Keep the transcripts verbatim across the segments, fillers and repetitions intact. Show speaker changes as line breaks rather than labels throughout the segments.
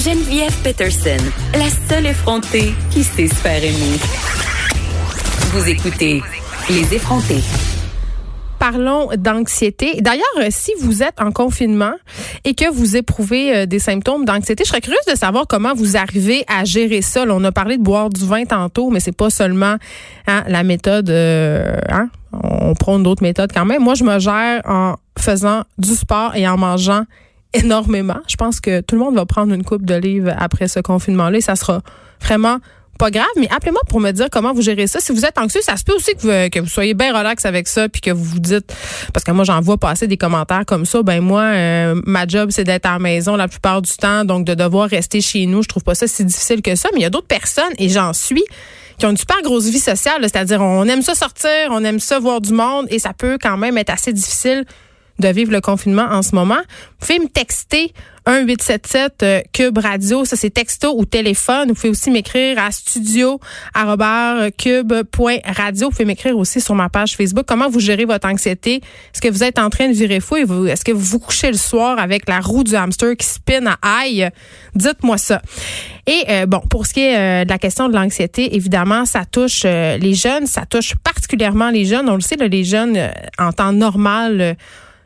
Geneviève Peterson, la seule effrontée qui sait se faire aimer. Vous écoutez Les effrontés.
Parlons d'anxiété. D'ailleurs, si vous êtes en confinement et que vous éprouvez euh, des symptômes d'anxiété, je serais curieuse de savoir comment vous arrivez à gérer ça. Là, on a parlé de boire du vin tantôt, mais c'est pas seulement hein, la méthode. Euh, hein, on prône d'autres méthodes quand même. Moi, je me gère en faisant du sport et en mangeant énormément. Je pense que tout le monde va prendre une coupe de livres après ce confinement-là et ça sera vraiment pas grave, mais appelez-moi pour me dire comment vous gérez ça. Si vous êtes anxieux, ça se peut aussi que vous, que vous soyez bien relax avec ça puis que vous vous dites, parce que moi, j'en vois passer des commentaires comme ça, ben moi, euh, ma job, c'est d'être à la maison la plupart du temps, donc de devoir rester chez nous, je trouve pas ça si difficile que ça, mais il y a d'autres personnes, et j'en suis, qui ont une super grosse vie sociale, là, c'est-à-dire on aime ça sortir, on aime ça voir du monde, et ça peut quand même être assez difficile de vivre le confinement en ce moment. Vous pouvez me texter un huit sept sept Cube Radio, ça c'est texto ou téléphone. Vous pouvez aussi m'écrire à studio arobase cube point radio. Vous pouvez m'écrire aussi sur ma page Facebook. Comment vous gérez votre anxiété? Est-ce que vous êtes en train de virer fou? Et vous, est-ce que vous vous couchez le soir avec la roue du hamster qui spinne à aille? Dites-moi ça. Et euh, bon, pour ce qui est euh, de la question de l'anxiété, évidemment, ça touche euh, les jeunes, ça touche particulièrement les jeunes. On le sait, là, les jeunes, euh, en temps normal, euh,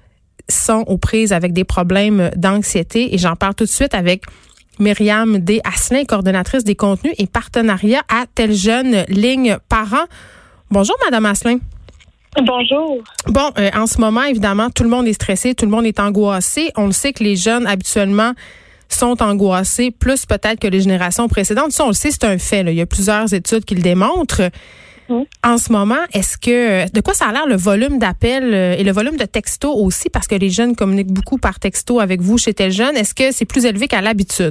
sont aux prises avec des problèmes d'anxiété. Et j'en parle tout de suite avec Myriam D. Asselin, coordonnatrice des contenus et partenariats à Tel Jeune Ligne Parents. Bonjour, Madame Asselin.
Bonjour.
Bon, euh, en ce moment, évidemment, tout le monde est stressé, tout le monde est angoissé. On le sait que les jeunes, habituellement, sont angoissés, plus peut-être que les générations précédentes. Ça, on le sait, c'est un fait, là. Il y a plusieurs études qui le démontrent. Mmh. En ce moment, est-ce que de quoi ça a l'air le volume d'appels et le volume de textos aussi, parce que les jeunes communiquent beaucoup par texto avec vous chez Tel Jeune, est-ce que c'est plus élevé qu'à l'habitude?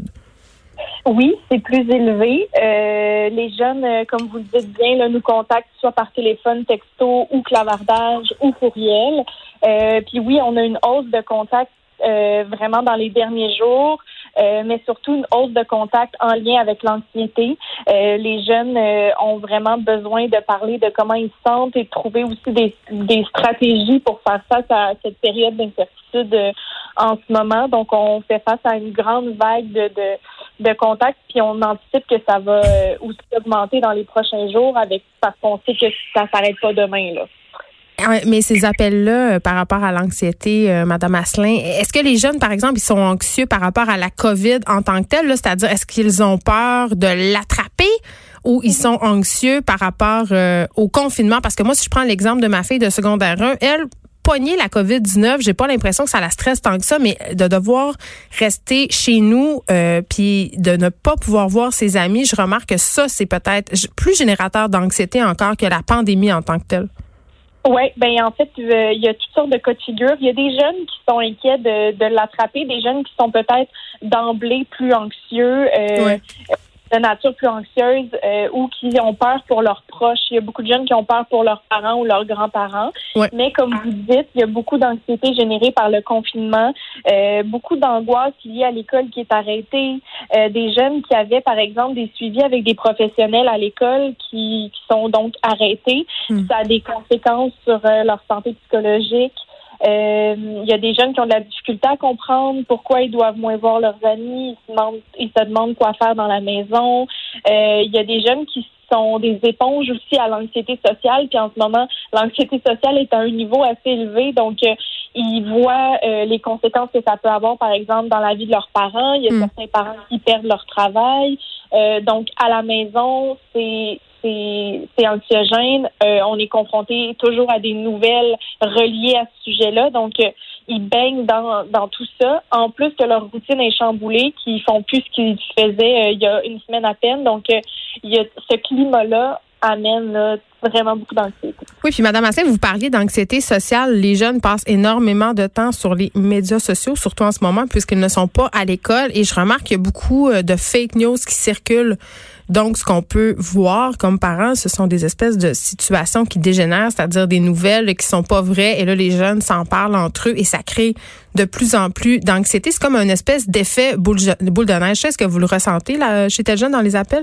Oui, c'est plus élevé. Euh, les jeunes, euh, comme vous le dites bien, là, nous contactent soit par téléphone, texto ou clavardage ou courriel. Euh, puis oui, on a une hausse de contacts euh, vraiment dans les derniers jours. Euh, mais surtout une hausse de contact en lien avec l'anxiété. Euh, les jeunes euh, ont vraiment besoin de parler de comment ils se sentent et de trouver aussi des, des stratégies pour faire face à cette période d'incertitude euh, en ce moment. Donc, on fait face à une grande vague de, de, de contacts, puis on anticipe que ça va euh, aussi augmenter dans les prochains jours avec parce qu'on sait que ça ne s'arrête pas demain, là.
Mais ces appels-là, euh, par rapport à l'anxiété, euh, Madame Asselin, est-ce que les jeunes, par exemple, ils sont anxieux par rapport à la COVID en tant que telle, là, c'est-à-dire est-ce qu'ils ont peur de l'attraper ou ils sont anxieux par rapport euh, au confinement? Parce que moi, si je prends l'exemple de ma fille de secondaire un, elle, pogner la covid dix-neuf, j'ai pas l'impression que ça la stresse tant que ça, mais de devoir rester chez nous euh, puis de ne pas pouvoir voir ses amis, je remarque que ça, c'est peut-être plus générateur d'anxiété encore que la pandémie en tant que telle.
Oui, ben en fait, euh, il y a toutes sortes de cas de figure. Il y a des jeunes qui sont inquiets de, de l'attraper, des jeunes qui sont peut-être d'emblée plus anxieux, euh, ouais. de nature plus anxieuse, euh, ou qui ont peur pour leurs proches. Il y a beaucoup de jeunes qui ont peur pour leurs parents ou leurs grands-parents. Ouais. Mais comme vous dites, il y a beaucoup d'anxiété générée par le confinement, euh, beaucoup d'angoisse liée à l'école qui est arrêtée, euh, des jeunes qui avaient, par exemple, des suivis avec des professionnels à l'école qui, qui sont donc arrêtés. Mm. Ça a des conséquences sur euh, leur santé psychologique. Euh, il y a des jeunes qui ont de la difficulté à comprendre pourquoi ils doivent moins voir leurs amis. Ils se demandent, ils se demandent quoi faire dans la maison. Euh, il y a des jeunes qui sont des éponges aussi à l'anxiété sociale. Puis en ce moment, l'anxiété sociale est à un niveau assez élevé. Donc, euh, ils voient euh, les conséquences que ça peut avoir, par exemple, dans la vie de leurs parents. Il y a mmh. certains parents qui perdent leur travail. Euh, donc, à la maison, c'est... C'est, c'est anxiogène. Euh, on est confronté toujours à des nouvelles reliées à ce sujet-là. Donc, euh, ils baignent dans, dans tout ça. En plus que leur routine est chamboulée, qu'ils font plus ce qu'ils faisaient euh, il y a une semaine à peine. Donc, euh, il y a ce climat-là amène là, vraiment beaucoup d'anxiété.
Oui, puis Mme Asselin, vous parliez d'anxiété sociale. Les jeunes passent énormément de temps sur les médias sociaux, surtout en ce moment, puisqu'ils ne sont pas à l'école. Et je remarque qu'il y a beaucoup de fake news qui circulent. Donc, ce qu'on peut voir comme parents, ce sont des espèces de situations qui dégénèrent, c'est-à-dire des nouvelles qui sont pas vraies. Et là, les jeunes s'en parlent entre eux et ça crée de plus en plus d'anxiété. C'est comme une espèce d'effet boule de neige. Est-ce que vous le ressentez là, chez Tel Jeune dans les appels?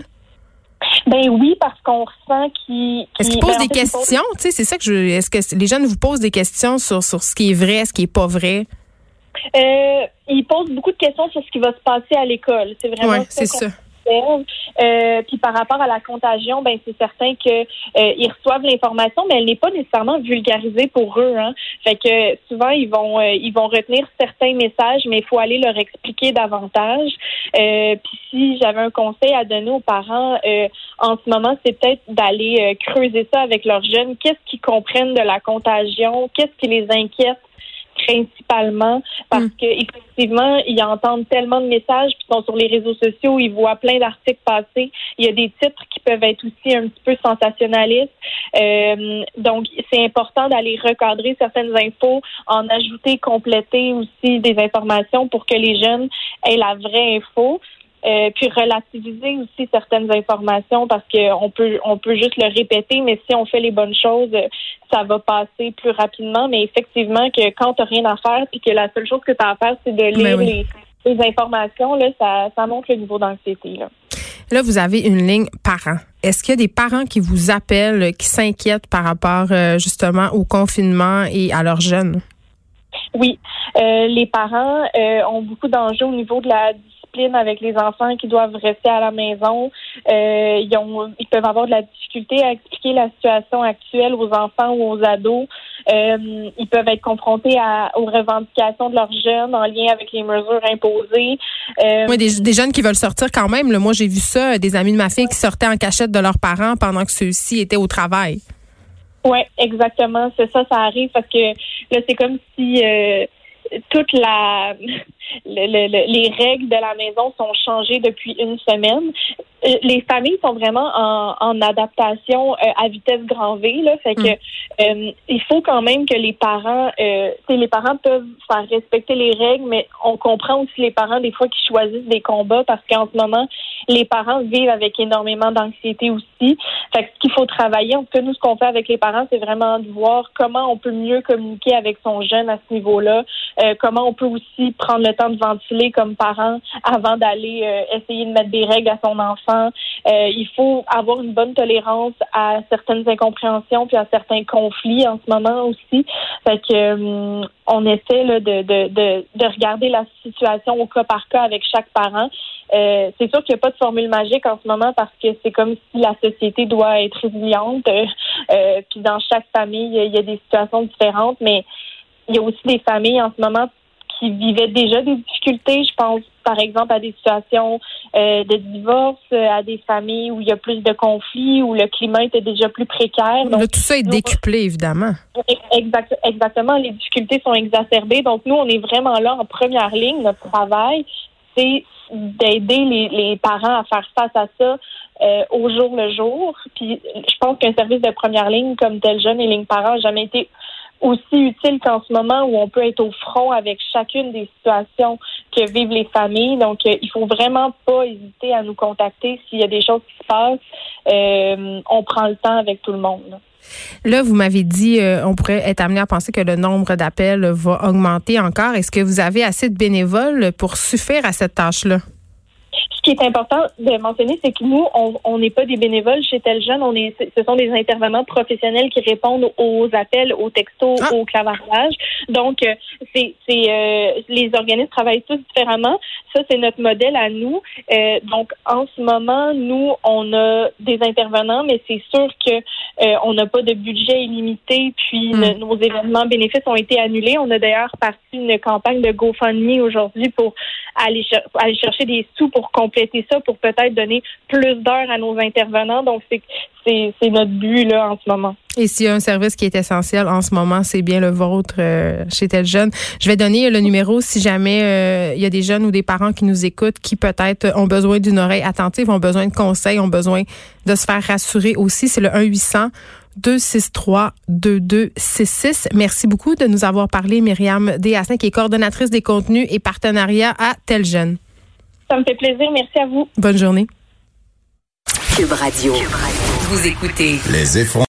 Ben oui, parce qu'on ressent qu'ils...
Est-ce qu'ils posent ben, des questions? Tu sais, c'est ça que je... Est-ce que les jeunes vous posent des questions sur, sur ce qui est vrai, ce qui est pas vrai?
Euh, ils posent beaucoup de questions sur ce qui va se passer à l'école. C'est vraiment
ouais,
ça.
C'est ça.
Euh, puis par rapport à la contagion, ben c'est certain que euh, ils reçoivent l'information, mais elle n'est pas nécessairement vulgarisée pour eux. Hein. Fait que souvent ils vont euh, ils vont retenir certains messages, mais il faut aller leur expliquer davantage. Euh, puis si j'avais un conseil à donner aux parents euh, en ce moment, c'est peut-être d'aller euh, creuser ça avec leurs jeunes. Qu'est-ce qu'ils comprennent de la contagion? Qu'est-ce qui les inquiète? Principalement parce que effectivement ils entendent tellement de messages puis sont sur les réseaux sociaux, ils voient plein d'articles passer, il y a des titres qui peuvent être aussi un petit peu sensationnalistes, euh, donc c'est important d'aller recadrer certaines infos, en ajouter, compléter aussi des informations pour que les jeunes aient la vraie info. Euh, puis relativiser aussi certaines informations parce qu'on peut on peut juste le répéter, mais si on fait les bonnes choses, ça va passer plus rapidement. Mais effectivement que quand t'as rien à faire puis que la seule chose que t'as à faire, c'est de lire oui. les, les informations, là, ça, ça monte le niveau d'anxiété. Là.
Là, vous avez une ligne parents. Est-ce qu'il y a des parents qui vous appellent, qui s'inquiètent par rapport euh, justement au confinement et à leurs jeunes?
Oui. Euh, les parents euh, ont beaucoup d'enjeux au niveau de la avec les enfants qui doivent rester à la maison. Euh, ils, ont, ils peuvent avoir de la difficulté à expliquer la situation actuelle aux enfants ou aux ados. Euh, ils peuvent être confrontés à, aux revendications de leurs jeunes en lien avec les mesures imposées. Euh,
oui, des, des jeunes qui veulent sortir quand même. Là. Moi, j'ai vu ça, des amis de ma fille qui sortaient en cachette de leurs parents pendant que ceux-ci étaient au travail.
Oui, exactement. C'est ça, ça arrive parce que là, c'est comme si... Euh, toute la le, le, le, les règles de la maison sont changées depuis une semaine. Euh, les familles sont vraiment en, en adaptation euh, à vitesse grand V, là, fait que euh, il faut quand même que les parents euh, les parents peuvent faire respecter les règles, mais on comprend aussi les parents des fois qui choisissent des combats parce qu'en ce moment les parents vivent avec énormément d'anxiété aussi. Fait que ce qu'il faut travailler, en tout cas nous ce qu'on fait avec les parents, c'est vraiment de voir comment on peut mieux communiquer avec son jeune à ce niveau-là. Euh, comment on peut aussi prendre le temps de ventiler comme parent avant d'aller euh, essayer de mettre des règles à son enfant. Euh, il faut avoir une bonne tolérance à certaines incompréhensions puis à certains conflits en ce moment aussi. Fait que euh, on essaie là, de, de, de, de regarder la situation au cas par cas avec chaque parent. Euh, c'est sûr qu'il n'y a pas de formule magique en ce moment parce que c'est comme si la société doit être résiliente. Euh, euh, puis dans chaque famille, il y a des situations différentes, mais il y a aussi des familles en ce moment qui vivaient déjà des difficultés. Je pense, par exemple, à des situations euh, de divorce, à des familles où il y a plus de conflits, où le climat était déjà plus précaire. Donc,
là, tout ça est décuplé, évidemment.
Exact, exactement. Les difficultés sont exacerbées. Donc, nous, on est vraiment là en première ligne. Notre travail, c'est d'aider les, les parents à faire face à ça euh, au jour le jour. Puis, je pense qu'un service de première ligne comme Tel Jeune et Ligne Parents n'a jamais été aussi utile qu'en ce moment où on peut être au front avec chacune des situations que vivent les familles. Donc, euh, il faut vraiment pas hésiter à nous contacter s'il y a des choses qui se passent. Euh, on prend le temps avec tout le monde. Là,
là vous m'avez dit euh, on pourrait être amené à penser que le nombre d'appels va augmenter encore. Est-ce que vous avez assez de bénévoles pour suffire à cette tâche-là?
Ce qui est important de mentionner, c'est que nous, on n'est pas des bénévoles chez Tel Jeune. On est, ce sont des intervenants professionnels qui répondent aux appels, aux textos, ah. au clavardage. Donc, euh, c'est, c'est euh, les organismes travaillent tous différemment. Ça, c'est notre modèle à nous. Euh, donc, en ce moment, nous, on a des intervenants, mais c'est sûr que euh, on n'a pas de budget illimité. Puis, mm. nos événements bénéfices ont été annulés. On a d'ailleurs parti une campagne de GoFundMe aujourd'hui pour aller, cher- aller chercher des sous pour compléter ça, pour peut-être donner plus d'heures à nos intervenants. Donc, c'est, c'est, c'est notre but là en ce moment.
Et s'il y a un service qui est essentiel en ce moment, c'est bien le vôtre euh, chez Tel Jeune. Je vais donner le numéro si jamais euh, il y a des jeunes ou des parents qui nous écoutent, qui peut-être ont besoin d'une oreille attentive, ont besoin de conseils, ont besoin de se faire rassurer aussi. C'est le un huit cents deux six trois deux deux six six. Merci beaucoup de nous avoir parlé, Myriam Deshassins, qui est coordonnatrice des contenus et partenariats à Tel Jeune.
Ça me fait plaisir. Merci à vous.
Bonne journée.
Cube Radio. Cube Radio. Vous écoutez
Les effrontés.